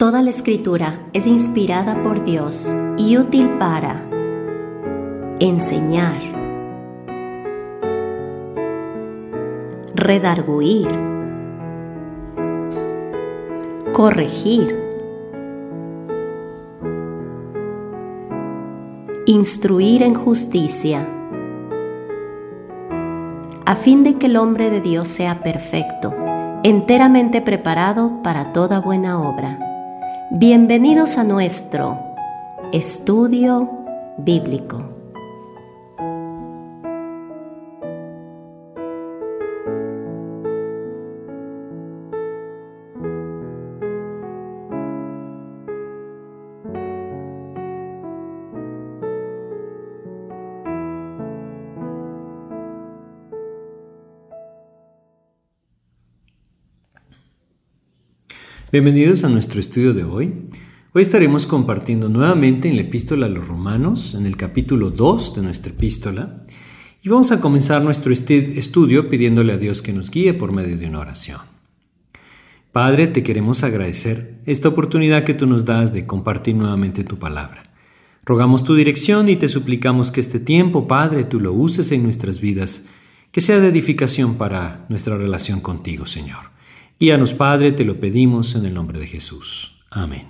Toda la Escritura es inspirada por Dios y útil para enseñar, redarguir, corregir, instruir en justicia, a fin de que el hombre de Dios sea perfecto, enteramente preparado para toda buena obra. Bienvenidos a nuestro estudio bíblico. Bienvenidos a nuestro estudio de hoy. Hoy estaremos compartiendo nuevamente en la epístola a los Romanos, en el capítulo 2 de nuestra epístola, y vamos a comenzar nuestro estudio pidiéndole a Dios que nos guíe por medio de una oración. Padre, te queremos agradecer esta oportunidad que tú nos das de compartir nuevamente tu palabra. Rogamos tu dirección y te suplicamos que este tiempo, Padre, tú lo uses en nuestras vidas, que sea de edificación para nuestra relación contigo, Señor. Guíanos, Padre, te lo pedimos en el nombre de Jesús. Amén.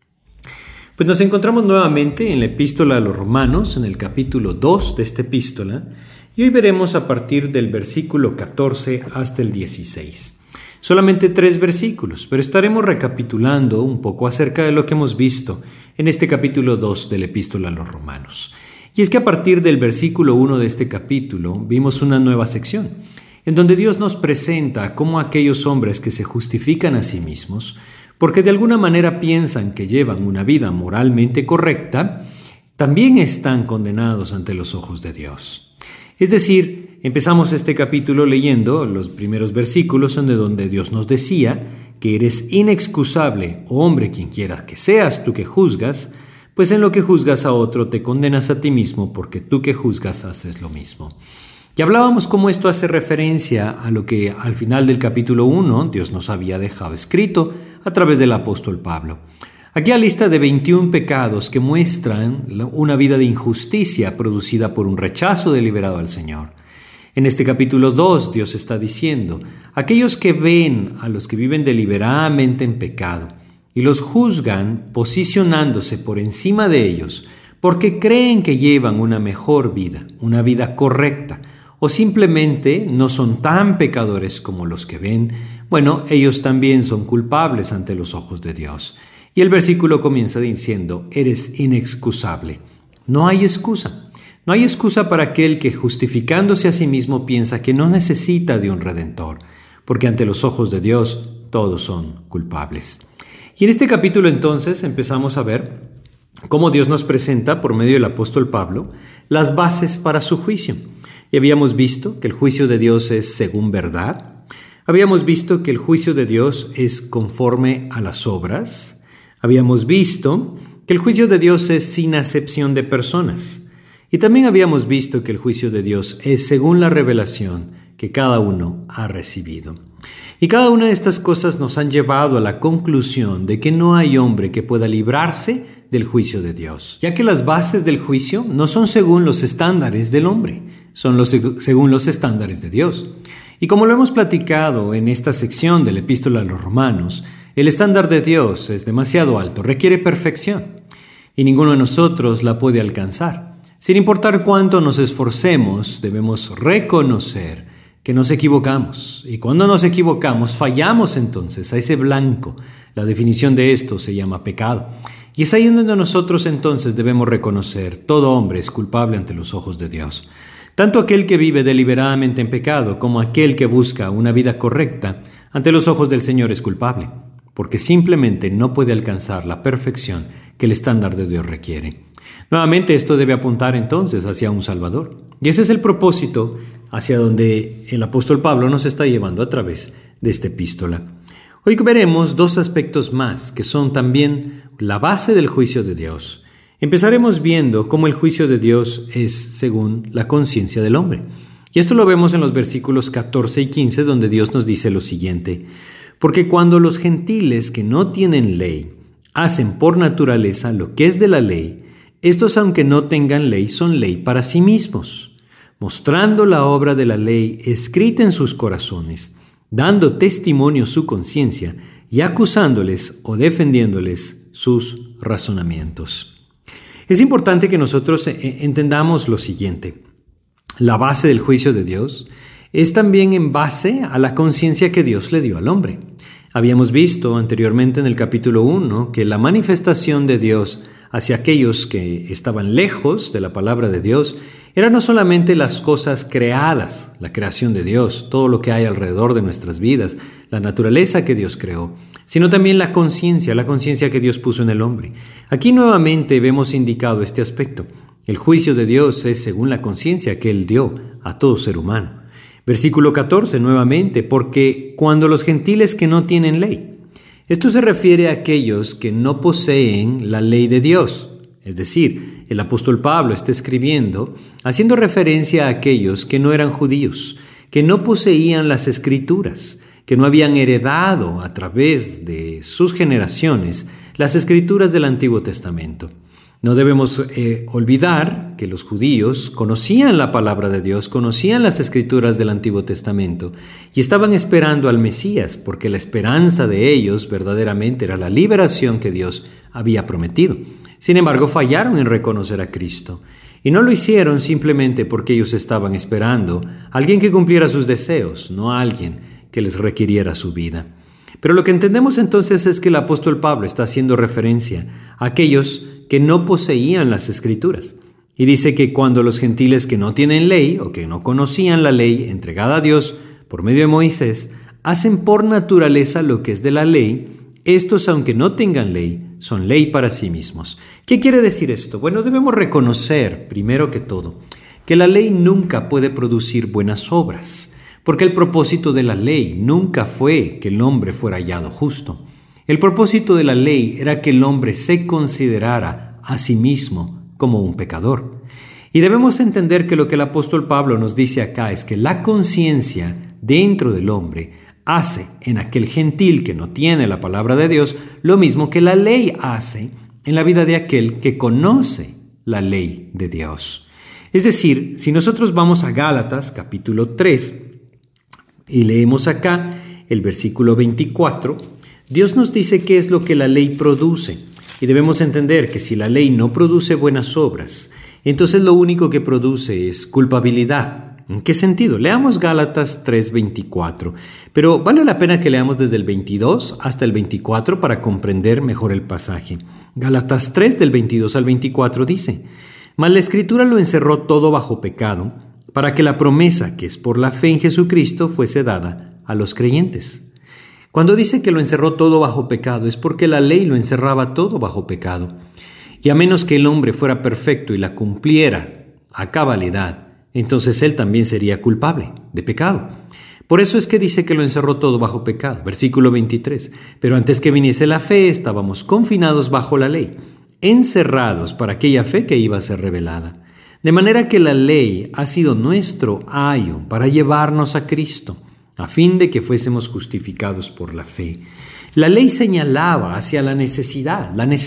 Pues nos encontramos nuevamente en la epístola a los Romanos, en el capítulo 2 de esta epístola, y hoy veremos a partir del versículo 14 hasta el 16. Solamente 3 versículos, pero estaremos recapitulando un poco acerca de lo que hemos visto en este capítulo 2 de la epístola a los Romanos. Y es que a partir del versículo 1 de este capítulo vimos una nueva sección, en donde Dios nos presenta cómo aquellos hombres que se justifican a sí mismos, porque de alguna manera piensan que llevan una vida moralmente correcta, también están condenados ante los ojos de Dios. Es decir, empezamos este capítulo leyendo los primeros versículos en donde Dios nos decía que eres inexcusable, oh hombre, quien quiera que seas tú que juzgas, pues en lo que juzgas a otro te condenas a ti mismo, porque tú que juzgas haces lo mismo. Y hablábamos cómo esto hace referencia a lo que al final del capítulo 1 Dios nos había dejado escrito a través del apóstol Pablo. Aquella lista de 21 pecados que muestran una vida de injusticia producida por un rechazo deliberado al Señor. En este capítulo 2 Dios está diciendo, aquellos que ven a los que viven deliberadamente en pecado y los juzgan posicionándose por encima de ellos porque creen que llevan una mejor vida, una vida correcta, o simplemente no son tan pecadores como los que ven, bueno, ellos también son culpables ante los ojos de Dios. Y el versículo comienza diciendo, eres inexcusable. No hay excusa. No hay excusa para aquel que justificándose a sí mismo piensa que no necesita de un redentor, porque ante los ojos de Dios todos son culpables. Y en este capítulo entonces empezamos a ver cómo Dios nos presenta por medio del apóstol Pablo las bases para su juicio. Y habíamos visto que el juicio de Dios es según verdad. Habíamos visto que el juicio de Dios es conforme a las obras. Habíamos visto que el juicio de Dios es sin acepción de personas. Y también habíamos visto que el juicio de Dios es según la revelación que cada uno ha recibido. Y cada una de estas cosas nos han llevado a la conclusión de que no hay hombre que pueda librarse del juicio de Dios, ya que las bases del juicio no son según los estándares del hombre, son según los estándares de Dios. Y como lo hemos platicado en esta sección de la epístola a los Romanos, el estándar de Dios es demasiado alto, requiere perfección, y ninguno de nosotros la puede alcanzar. Sin importar cuánto nos esforcemos, debemos reconocer que nos equivocamos, y cuando nos equivocamos, fallamos entonces a ese blanco. La definición de esto se llama pecado. Y es ahí donde nosotros entonces debemos reconocer, todo hombre es culpable ante los ojos de Dios. Tanto aquel que vive deliberadamente en pecado como aquel que busca una vida correcta, ante los ojos del Señor es culpable, porque simplemente no puede alcanzar la perfección que el estándar de Dios requiere. Nuevamente esto debe apuntar entonces hacia un Salvador. Y ese es el propósito hacia donde el apóstol Pablo nos está llevando a través de esta epístola. Hoy veremos 2 aspectos más que son también la base del juicio de Dios. Empezaremos viendo cómo el juicio de Dios es según la conciencia del hombre. Y esto lo vemos en los versículos 14 y 15, donde Dios nos dice lo siguiente: porque cuando los gentiles que no tienen ley hacen por naturaleza lo que es de la ley, estos aunque no tengan ley son ley para sí mismos, mostrando la obra de la ley escrita en sus corazones, dando testimonio su conciencia y acusándoles o defendiéndoles sus razonamientos. Es importante que nosotros entendamos lo siguiente. La base del juicio de Dios es también en base a la conciencia que Dios le dio al hombre. Habíamos visto anteriormente en el capítulo 1 que la manifestación de Dios hacia aquellos que estaban lejos de la palabra de Dios era no solamente las cosas creadas, la creación de Dios, todo lo que hay alrededor de nuestras vidas, la naturaleza que Dios creó, sino también la conciencia que Dios puso en el hombre. Aquí nuevamente vemos indicado este aspecto. El juicio de Dios es según la conciencia que Él dio a todo ser humano. Versículo 14 nuevamente, porque cuando los gentiles que no tienen ley. Esto se refiere a aquellos que no poseen la ley de Dios. Es decir, el apóstol Pablo está escribiendo haciendo referencia a aquellos que no eran judíos, que no poseían las escrituras, que no habían heredado a través de sus generaciones las escrituras del Antiguo Testamento. No debemos olvidar que los judíos conocían la palabra de Dios, conocían las escrituras del Antiguo Testamento y estaban esperando al Mesías, porque la esperanza de ellos verdaderamente era la liberación que Dios había prometido. Sin embargo, fallaron en reconocer a Cristo y no lo hicieron simplemente porque ellos estaban esperando a alguien que cumpliera sus deseos, no a alguien que les requiriera su vida. Pero lo que entendemos entonces es que el apóstol Pablo está haciendo referencia a aquellos que no poseían las escrituras. Y dice que cuando los gentiles que no tienen ley o que no conocían la ley entregada a Dios por medio de Moisés, hacen por naturaleza lo que es de la ley, estos aunque no tengan ley, son ley para sí mismos. ¿Qué quiere decir esto? Bueno, debemos reconocer, primero que todo, que la ley nunca puede producir buenas obras, porque el propósito de la ley nunca fue que el hombre fuera hallado justo. El propósito de la ley era que el hombre se considerara a sí mismo como un pecador. Y debemos entender que lo que el apóstol Pablo nos dice acá es que la conciencia dentro del hombre hace en aquel gentil que no tiene la palabra de Dios lo mismo que la ley hace en la vida de aquel que conoce la ley de Dios. Es decir, si nosotros vamos a Gálatas capítulo 3 y leemos acá el versículo 24, Dios nos dice qué es lo que la ley produce y debemos entender que si la ley no produce buenas obras, entonces lo único que produce es culpabilidad. ¿En qué sentido? Leamos Gálatas 3:24, pero vale la pena que leamos desde el 22 hasta el 24 para comprender mejor el pasaje. Gálatas 3 del 22 al 24 dice: Mas la Escritura lo encerró todo bajo pecado, para que la promesa que es por la fe en Jesucristo fuese dada a los creyentes. Cuando dice que lo encerró todo bajo pecado, es porque la ley lo encerraba todo bajo pecado. Y a menos que el hombre fuera perfecto y la cumpliera a cabalidad, entonces él también sería culpable de pecado. Por eso es que dice que lo encerró todo bajo pecado. Versículo 23. Pero antes que viniese la fe, estábamos confinados bajo la ley, encerrados para aquella fe que iba a ser revelada. De manera que la ley ha sido nuestro ayo para llevarnos a Cristo, a fin de que fuésemos justificados por la fe. La ley señalaba hacia la necesidad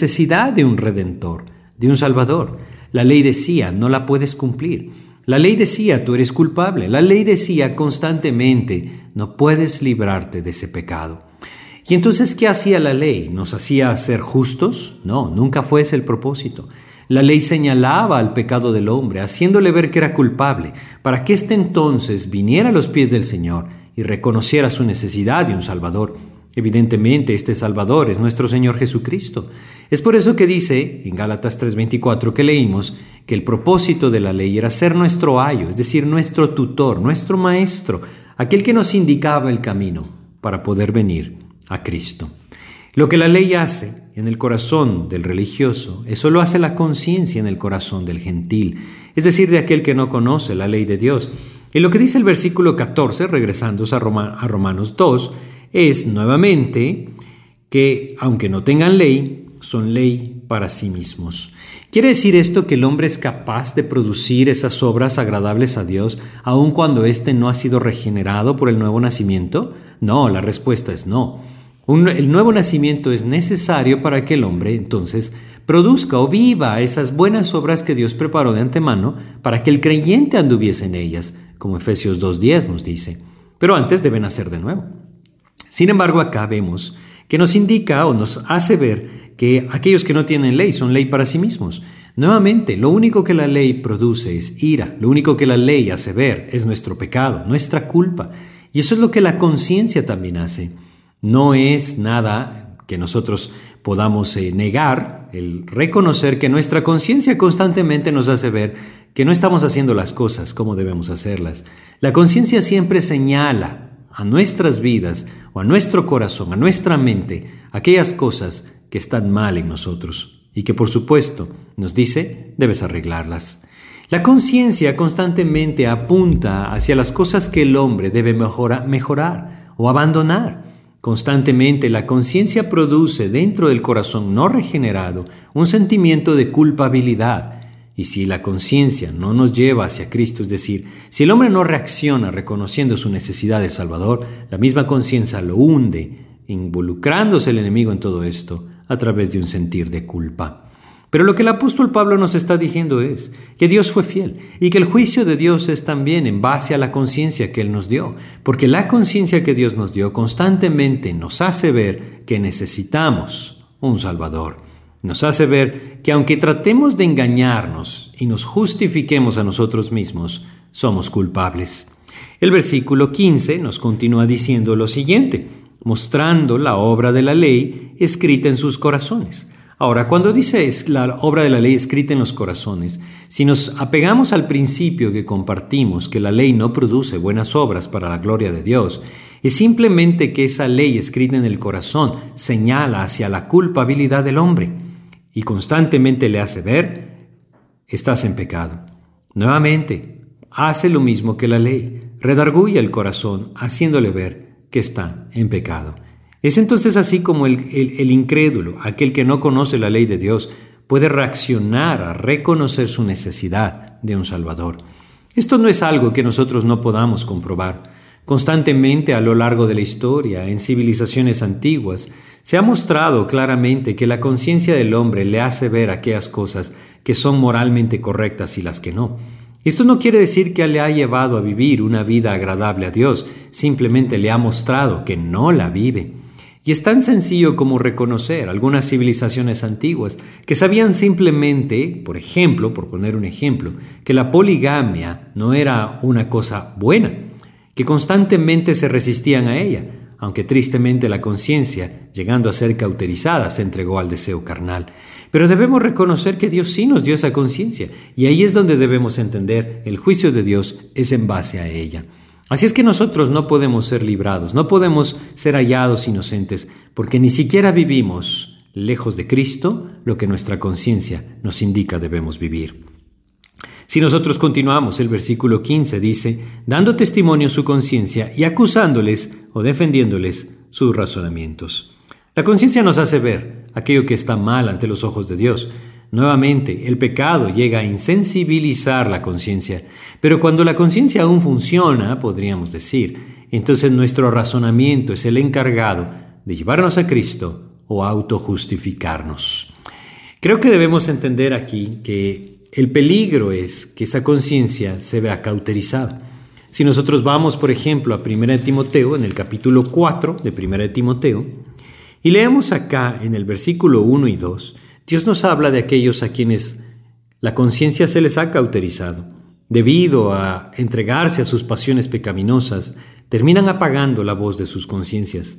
de un Redentor, de un Salvador. La ley decía, no la puedes cumplir. La ley decía, tú eres culpable. La ley decía constantemente, no puedes librarte de ese pecado. Y entonces, ¿qué hacía la ley? ¿Nos hacía ser justos? No, nunca fue ese el propósito. La ley señalaba al pecado del hombre, haciéndole ver que era culpable, para que éste entonces viniera a los pies del Señor y reconociera su necesidad de un Salvador. Evidentemente, este Salvador es nuestro Señor Jesucristo. Es por eso que dice, en Gálatas 3:24 que leímos, que el propósito de la ley era ser nuestro ayo, es decir, nuestro tutor, nuestro maestro, aquel que nos indicaba el camino para poder venir a Cristo. Lo que la ley hace en el corazón del religioso, eso lo hace la conciencia en el corazón del gentil, es decir, de aquel que no conoce la ley de Dios. Y lo que dice el versículo 14, regresando a Romanos 2, es nuevamente que, aunque no tengan ley, son ley para sí mismos. ¿Quiere decir esto que el hombre es capaz de producir esas obras agradables a Dios, aun cuando éste no ha sido regenerado por el nuevo nacimiento? No, la respuesta es no. El nuevo nacimiento es necesario para que el hombre entonces produzca o viva esas buenas obras que Dios preparó de antemano para que el creyente anduviese en ellas, como Efesios 2:10 nos dice. Pero antes debe nacer de nuevo. Sin embargo, acá vemos que nos indica o nos hace ver que aquellos que no tienen ley son ley para sí mismos. Nuevamente, lo único que la ley produce es ira, lo único que la ley hace ver es nuestro pecado, nuestra culpa. Y eso es lo que la conciencia también hace. No es nada que nosotros podamos negar, el reconocer que nuestra conciencia constantemente nos hace ver que no estamos haciendo las cosas como debemos hacerlas. La conciencia siempre señala a nuestras vidas o a nuestro corazón, a nuestra mente, aquellas cosas que están mal en nosotros y que por supuesto nos dice, debes arreglarlas. La conciencia constantemente apunta hacia las cosas que el hombre debe mejorar o abandonar. Constantemente la conciencia produce dentro del corazón no regenerado un sentimiento de culpabilidad. Y si la conciencia no nos lleva hacia Cristo, es decir, si el hombre no reacciona reconociendo su necesidad de Salvador, la misma conciencia lo hunde, involucrándose el enemigo en todo esto a través de un sentir de culpa. Pero lo que el apóstol Pablo nos está diciendo es que Dios fue fiel y que el juicio de Dios es también en base a la conciencia que Él nos dio, porque la conciencia que Dios nos dio constantemente nos hace ver que necesitamos un Salvador. Nos hace ver que aunque tratemos de engañarnos y nos justifiquemos a nosotros mismos, somos culpables. El versículo 15 nos continúa diciendo lo siguiente, mostrando la obra de la ley escrita en sus corazones. Ahora, cuando dice la obra de la ley escrita en los corazones, si nos apegamos al principio que compartimos, que la ley no produce buenas obras para la gloria de Dios, es simplemente que esa ley escrita en el corazón señala hacia la culpabilidad del hombre y constantemente le hace ver, estás en pecado. Nuevamente, hace lo mismo que la ley, redarguye el corazón haciéndole ver que está en pecado. Es entonces así como el incrédulo, aquel que no conoce la ley de Dios, puede reaccionar a reconocer su necesidad de un Salvador. Esto no es algo que nosotros no podamos comprobar. Constantemente a lo largo de la historia, en civilizaciones antiguas, se ha mostrado claramente que la conciencia del hombre le hace ver aquellas cosas que son moralmente correctas y las que no. Esto no quiere decir que le ha llevado a vivir una vida agradable a Dios, simplemente le ha mostrado que no la vive. Y es tan sencillo como reconocer algunas civilizaciones antiguas que sabían simplemente, por ejemplo, por poner un ejemplo, que la poligamia no era una cosa buena, que constantemente se resistían a ella, aunque tristemente la conciencia, llegando a ser cauterizada, se entregó al deseo carnal. Pero debemos reconocer que Dios sí nos dio esa conciencia, y ahí es donde debemos entender el juicio de Dios es en base a ella. Así es que nosotros no podemos ser librados, no podemos ser hallados inocentes, porque ni siquiera vivimos lejos de Cristo lo que nuestra conciencia nos indica debemos vivir. Si nosotros continuamos, el versículo 15 dice, dando testimonio su conciencia y acusándoles o defendiéndoles sus razonamientos. La conciencia nos hace ver aquello que está mal ante los ojos de Dios. Nuevamente, el pecado llega a insensibilizar la conciencia, pero cuando la conciencia aún funciona, podríamos decir, entonces nuestro razonamiento es el encargado de llevarnos a Cristo o autojustificarnos. Creo que debemos entender aquí que el peligro es que esa conciencia se vea cauterizada. Si nosotros vamos, por ejemplo, a 1 Timoteo, en el capítulo 4 de 1 Timoteo, y leemos acá en el versículo 1 y 2, Dios nos habla de aquellos a quienes la conciencia se les ha cauterizado. Debido a entregarse a sus pasiones pecaminosas, terminan apagando la voz de sus conciencias.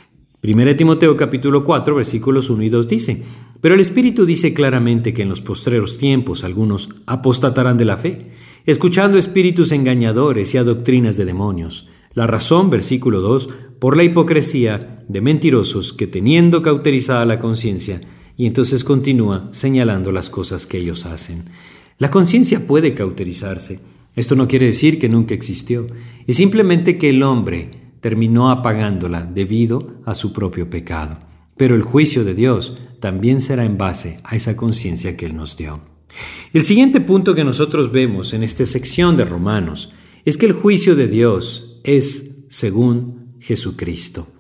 1 Timoteo capítulo 4, versículos 1 y 2 dice, pero el Espíritu dice claramente que en los postreros tiempos algunos apostatarán de la fe, escuchando espíritus engañadores y a doctrinas de demonios. La razón, versículo 2, por la hipocresía de mentirosos que teniendo cauterizada la conciencia, y entonces continúa señalando las cosas que ellos hacen. La conciencia puede cauterizarse. Esto no quiere decir que nunca existió. Es simplemente que el hombre terminó apagándola debido a su propio pecado. Pero el juicio de Dios también será en base a esa conciencia que Él nos dio. El siguiente punto que nosotros vemos en esta sección de Romanos es que el juicio de Dios es según Jesucristo.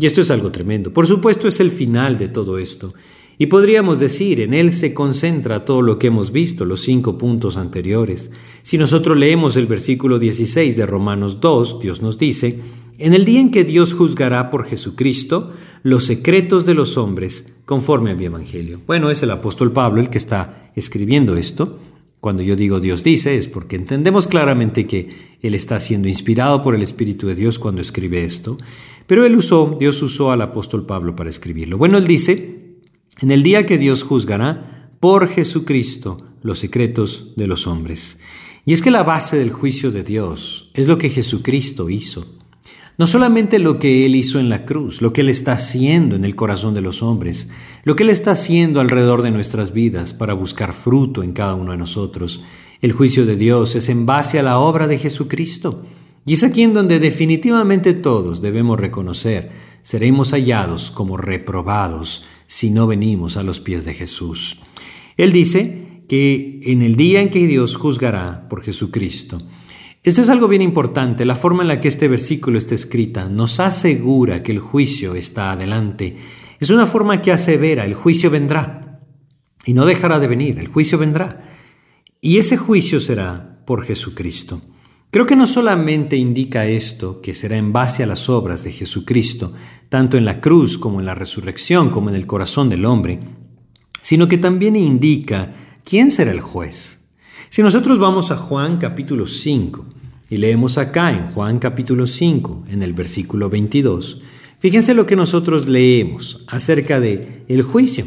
Y esto es algo tremendo. Por supuesto, es el final de todo esto. Y podríamos decir, en él se concentra todo lo que hemos visto, los 5 puntos anteriores. Si nosotros leemos el versículo 16 de Romanos 2, Dios nos dice: en el día en que Dios juzgará por Jesucristo los secretos de los hombres conforme a mi evangelio. Bueno, es el apóstol Pablo el que está escribiendo esto. Cuando yo digo Dios dice, es porque entendemos claramente que él está siendo inspirado por el Espíritu de Dios cuando escribe esto. Pero Dios usó al apóstol Pablo para escribirlo. Bueno, él dice: en el día que Dios juzgará por Jesucristo los secretos de los hombres. Y es que la base del juicio de Dios es lo que Jesucristo hizo. No solamente lo que Él hizo en la cruz, lo que Él está haciendo en el corazón de los hombres, lo que Él está haciendo alrededor de nuestras vidas para buscar fruto en cada uno de nosotros. El juicio de Dios es en base a la obra de Jesucristo. Y es aquí en donde definitivamente todos debemos reconocer: seremos hallados como reprobados si no venimos a los pies de Jesús. Él dice que en el día en que Dios juzgará por Jesucristo. Esto es algo bien importante. La forma en la que este versículo está escrita nos asegura que el juicio está adelante. Es una forma que asevera: el juicio vendrá y no dejará de venir, el juicio vendrá. Y ese juicio será por Jesucristo. Creo que no solamente indica esto, que será en base a las obras de Jesucristo, tanto en la cruz como en la resurrección, como en el corazón del hombre, sino que también indica quién será el juez. Si nosotros vamos a Juan capítulo 5 y leemos acá en Juan capítulo 5, en el versículo 22, fíjense lo que nosotros leemos acerca de el juicio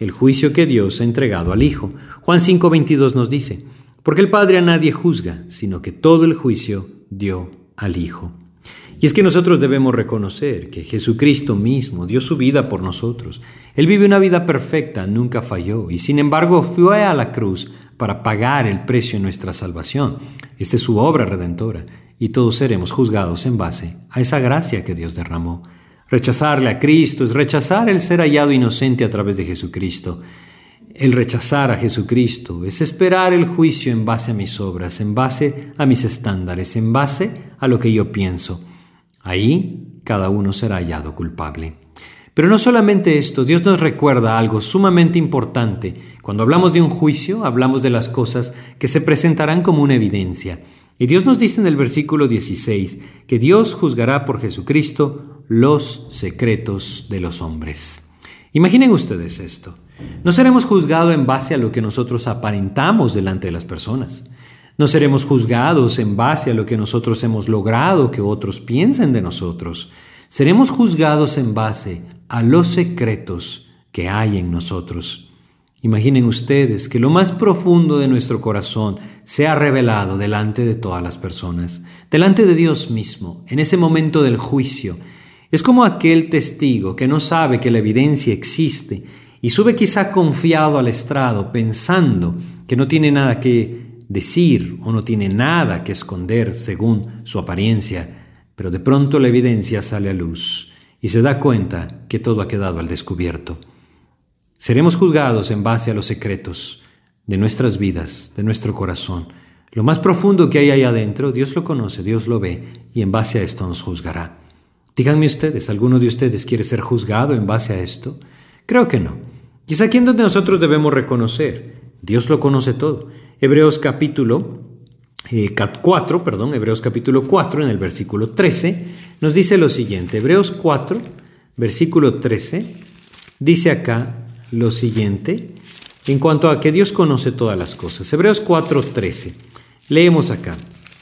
que Dios ha entregado al Hijo. Juan 5:22 nos dice: porque el Padre a nadie juzga, sino que todo el juicio dio al Hijo. Y es que nosotros debemos reconocer que Jesucristo mismo dio su vida por nosotros. Él vive una vida perfecta, nunca falló, y sin embargo fue a la cruz para pagar el precio de nuestra salvación. Esta es su obra redentora, y todos seremos juzgados en base a esa gracia que Dios derramó. Rechazarle a Cristo es rechazar el ser hallado inocente a través de Jesucristo. El rechazar a Jesucristo es esperar el juicio en base a mis obras, en base a mis estándares, en base a lo que yo pienso. Ahí cada uno será hallado culpable. Pero no solamente esto, Dios nos recuerda algo sumamente importante. Cuando hablamos de un juicio, hablamos de las cosas que se presentarán como una evidencia. Y Dios nos dice en el versículo 16 que Dios juzgará por Jesucristo los secretos de los hombres. Imaginen ustedes esto. No seremos juzgados en base a lo que nosotros aparentamos delante de las personas. No seremos juzgados en base a lo que nosotros hemos logrado que otros piensen de nosotros. Seremos juzgados en base a los secretos que hay en nosotros. Imaginen ustedes que lo más profundo de nuestro corazón sea revelado delante de todas las personas, delante de Dios mismo, en ese momento del juicio. Es como aquel testigo que no sabe que la evidencia existe y sube quizá confiado al estrado pensando que no tiene nada que decir o no tiene nada que esconder según su apariencia, pero de pronto la evidencia sale a luz y se da cuenta que todo ha quedado al descubierto. Seremos juzgados en base a los secretos de nuestras vidas, de nuestro corazón. Lo más profundo que hay ahí adentro, Dios lo conoce, Dios lo ve y en base a esto nos juzgará. Díganme ustedes, ¿alguno de ustedes quiere ser juzgado en base a esto? Creo que no. Y es aquí en donde nosotros debemos reconocer, Dios lo conoce todo. Hebreos capítulo 4, en el versículo 13, nos dice lo siguiente. Hebreos 4, versículo 13, dice acá lo siguiente, en cuanto a que Dios conoce todas las cosas. Hebreos 4, 13. Leemos acá.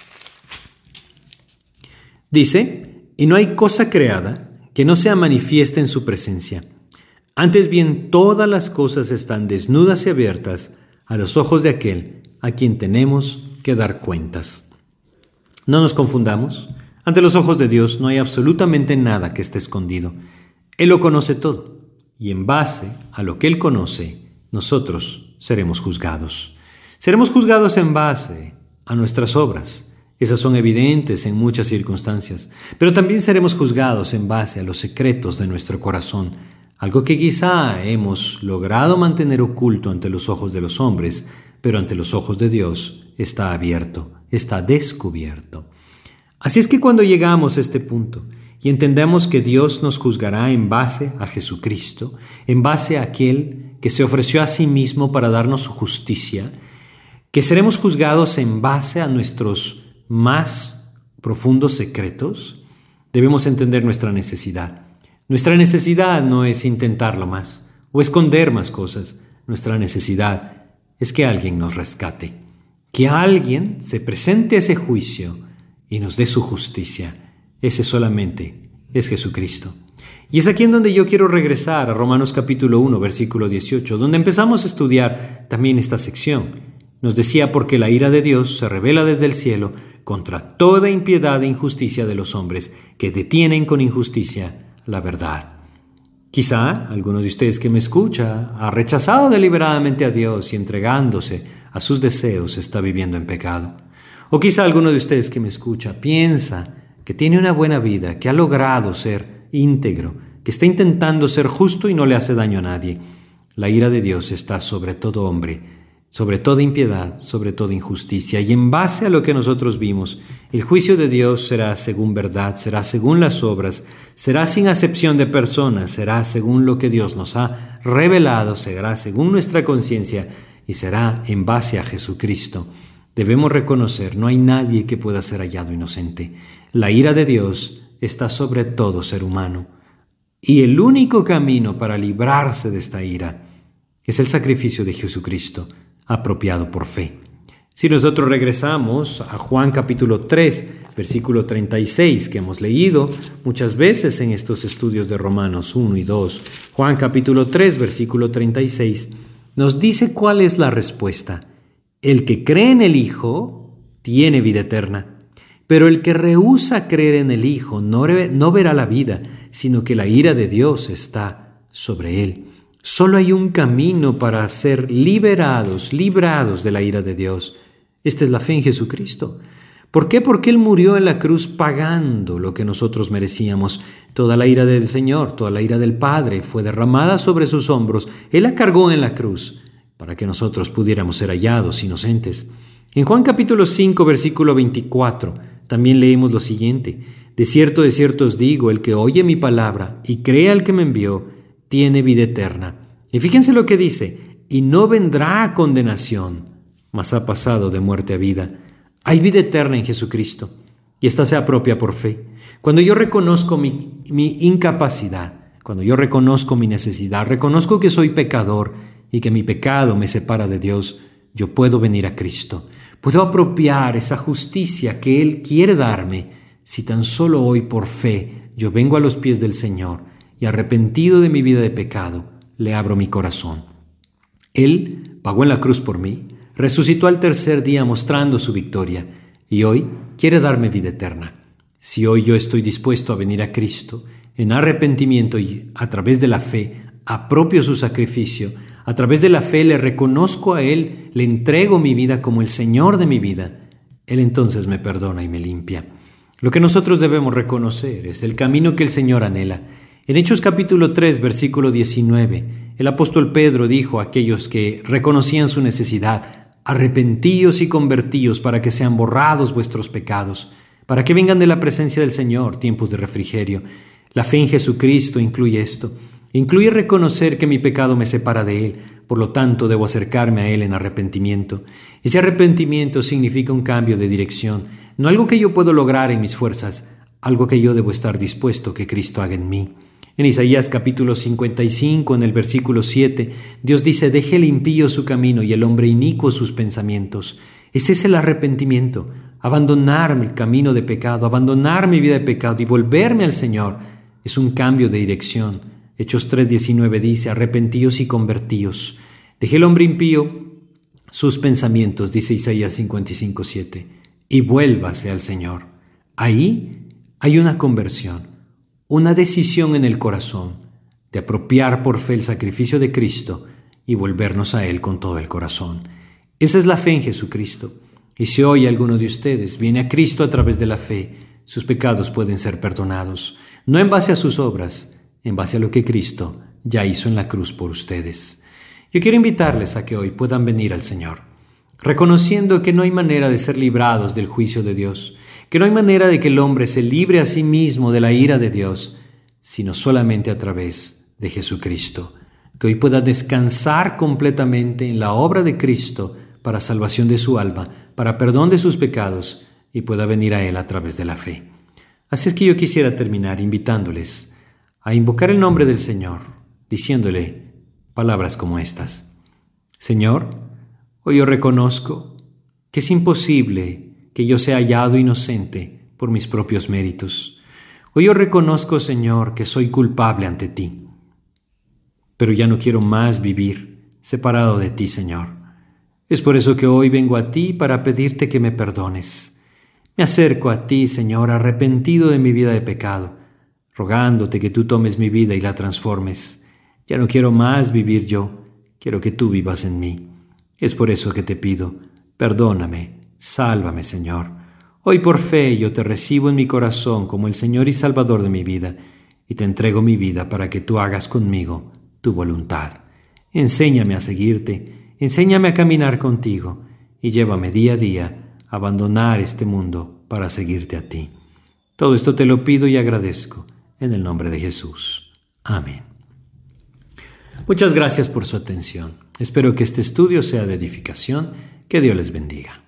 Dice: y no hay cosa creada que no sea manifiesta en su presencia. Antes bien, todas las cosas están desnudas y abiertas a los ojos de aquel a quien tenemos que dar cuentas. No nos confundamos. Ante los ojos de Dios no hay absolutamente nada que esté escondido. Él lo conoce todo. Y en base a lo que Él conoce, nosotros seremos juzgados. Seremos juzgados en base a nuestras obras. Esas son evidentes en muchas circunstancias. Pero también seremos juzgados en base a los secretos de nuestro corazón. Algo que quizá hemos logrado mantener oculto ante los ojos de los hombres, pero ante los ojos de Dios está abierto, está descubierto. Así es que cuando llegamos a este punto y entendamos que Dios nos juzgará en base a Jesucristo, en base a aquel que se ofreció a sí mismo para darnos su justicia, que seremos juzgados en base a nuestros más profundos secretos, debemos entender nuestra necesidad. Nuestra necesidad no es intentarlo más o esconder más cosas. Nuestra necesidad es que alguien nos rescate, que alguien se presente a ese juicio y nos dé su justicia. Ese solamente es Jesucristo. Y es aquí en donde yo quiero regresar a Romanos capítulo 1, versículo 18, donde empezamos a estudiar también esta sección. Nos decía, porque la ira de Dios se revela desde el cielo contra toda impiedad e injusticia de los hombres que detienen con injusticia la verdad. Quizá alguno de ustedes que me escucha ha rechazado deliberadamente a Dios y entregándose a sus deseos está viviendo en pecado. O quizá alguno de ustedes que me escucha piensa que tiene una buena vida, que ha logrado ser íntegro, que está intentando ser justo y no le hace daño a nadie. La ira de Dios está sobre todo hombre, sobre toda impiedad, sobre toda injusticia. Y en base a lo que nosotros vimos, el juicio de Dios será según verdad, será según las obras, será sin acepción de personas, será según lo que Dios nos ha revelado, será según nuestra conciencia y será en base a Jesucristo. Debemos reconocer, no hay nadie que pueda ser hallado inocente. La ira de Dios está sobre todo ser humano. Y el único camino para librarse de esta ira es el sacrificio de Jesucristo, apropiado por fe. Si nosotros regresamos a Juan capítulo 3, versículo 36, que hemos leído muchas veces en estos estudios de Romanos 1 y 2, Juan capítulo 3, versículo 36, nos dice cuál es la respuesta. El que cree en el Hijo tiene vida eterna, pero el que rehúsa creer en el Hijo no verá la vida, sino que la ira de Dios está sobre él. Solo hay un camino para ser librados de la ira de Dios. Esta es la fe en Jesucristo. ¿Por qué? Porque Él murió en la cruz pagando lo que nosotros merecíamos. Toda la ira del Señor, toda la ira del Padre fue derramada sobre sus hombros. Él la cargó en la cruz para que nosotros pudiéramos ser hallados inocentes. En Juan capítulo 5, versículo 24, también leemos lo siguiente. De cierto os digo, el que oye mi palabra y cree al que me envió, tiene vida eterna. Y fíjense lo que dice, y no vendrá a condenación, mas ha pasado de muerte a vida. Hay vida eterna en Jesucristo, y esta se apropia por fe. Cuando yo reconozco mi incapacidad, cuando yo reconozco mi necesidad, reconozco que soy pecador y que mi pecado me separa de Dios, yo puedo venir a Cristo. Puedo apropiar esa justicia que Él quiere darme, si tan solo hoy por fe yo vengo a los pies del Señor y arrepentido de mi vida de pecado, le abro mi corazón. Él pagó en la cruz por mí, resucitó al tercer día mostrando su victoria y hoy quiere darme vida eterna. Si hoy yo estoy dispuesto a venir a Cristo en arrepentimiento y a través de la fe apropio su sacrificio, a través de la fe le reconozco a Él, le entrego mi vida como el Señor de mi vida, Él entonces me perdona y me limpia. Lo que nosotros debemos reconocer es el camino que el Señor anhela. En Hechos capítulo 3, versículo 19, el apóstol Pedro dijo a aquellos que reconocían su necesidad, arrepentíos y convertíos para que sean borrados vuestros pecados, para que vengan de la presencia del Señor tiempos de refrigerio. La fe en Jesucristo incluye esto. Incluye reconocer que mi pecado me separa de Él, por lo tanto debo acercarme a Él en arrepentimiento. Ese arrepentimiento significa un cambio de dirección, no algo que yo puedo lograr en mis fuerzas, algo que yo debo estar dispuesto que Cristo haga en mí. En Isaías capítulo 55, en el versículo 7, Dios dice, deje el impío su camino y el hombre inicuo sus pensamientos. Ese es el arrepentimiento, abandonar el camino de pecado, abandonar mi vida de pecado y volverme al Señor. Es un cambio de dirección. Hechos 3:19 dice, arrepentíos y convertíos. Deje el hombre impío sus pensamientos, dice Isaías 55:7, y vuélvase al Señor. Ahí hay una conversión, una decisión en el corazón de apropiar por fe el sacrificio de Cristo y volvernos a Él con todo el corazón. Esa es la fe en Jesucristo. Y si hoy alguno de ustedes viene a Cristo a través de la fe, sus pecados pueden ser perdonados, no en base a sus obras, en base a lo que Cristo ya hizo en la cruz por ustedes. Yo quiero invitarles a que hoy puedan venir al Señor, reconociendo que no hay manera de ser librados del juicio de Dios, que no hay manera de que el hombre se libre a sí mismo de la ira de Dios, sino solamente a través de Jesucristo. Que hoy pueda descansar completamente en la obra de Cristo para salvación de su alma, para perdón de sus pecados, y pueda venir a Él a través de la fe. Así es que yo quisiera terminar invitándoles a invocar el nombre del Señor, diciéndole palabras como estas. Señor, hoy yo reconozco que es imposible que yo sea hallado inocente por mis propios méritos. Hoy yo reconozco, Señor, que soy culpable ante ti. Pero ya no quiero más vivir separado de ti, Señor. Es por eso que hoy vengo a ti para pedirte que me perdones. Me acerco a ti, Señor, arrepentido de mi vida de pecado, rogándote que tú tomes mi vida y la transformes. Ya no quiero más vivir yo, quiero que tú vivas en mí. Es por eso que te pido, perdóname, sálvame, Señor. Hoy por fe yo te recibo en mi corazón como el Señor y Salvador de mi vida, y te entrego mi vida para que tú hagas conmigo tu voluntad. Enséñame a seguirte, enséñame a caminar contigo, y llévame día a día a abandonar este mundo para seguirte a ti. Todo esto te lo pido y agradezco en el nombre de Jesús. Amén. Muchas gracias por su atención. Espero que este estudio sea de edificación. Que Dios les bendiga.